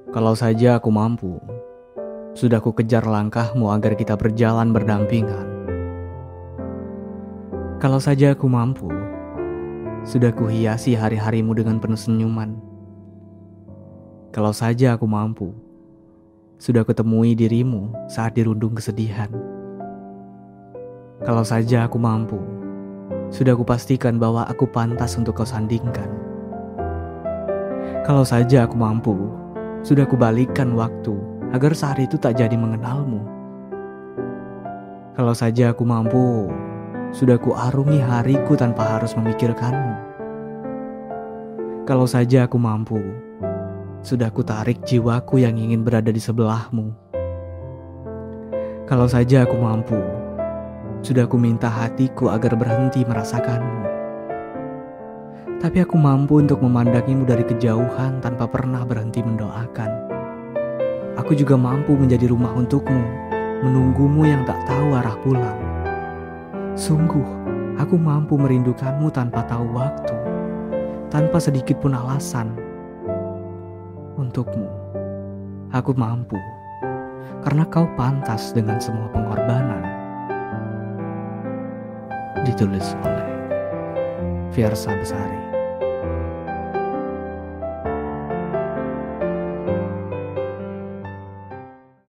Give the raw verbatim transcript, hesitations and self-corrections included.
Kalau saja aku mampu, sudah ku kejar langkahmu agar kita berjalan berdampingan. Kalau saja aku mampu, sudah ku hiasi hari-harimu dengan penuh senyuman. Kalau saja aku mampu, sudah kutemui dirimu saat dirundung kesedihan. Kalau saja aku mampu, sudah kupastikan bahwa aku pantas untuk kau sandingkan. Kalau saja aku mampu, sudah kubalikkan waktu agar saat itu tak jadi mengenalmu. Kalau saja aku mampu, sudah kuarungi hariku tanpa harus memikirkanmu. Kalau saja aku mampu, sudah kutarik jiwaku yang ingin berada di sebelahmu. Kalau saja aku mampu, sudah ku minta hatiku agar berhenti merasakanmu. Tapi aku mampu untuk memandangimu dari kejauhan tanpa pernah berhenti mendoakan. Aku juga mampu menjadi rumah untukmu, menunggumu yang tak tahu arah pulang. Sungguh, aku mampu merindukanmu tanpa tahu waktu, tanpa sedikit pun alasan. Untukmu, aku mampu, karena kau pantas dengan semua pengorbanan. Ditulis oleh Fiersa Besari.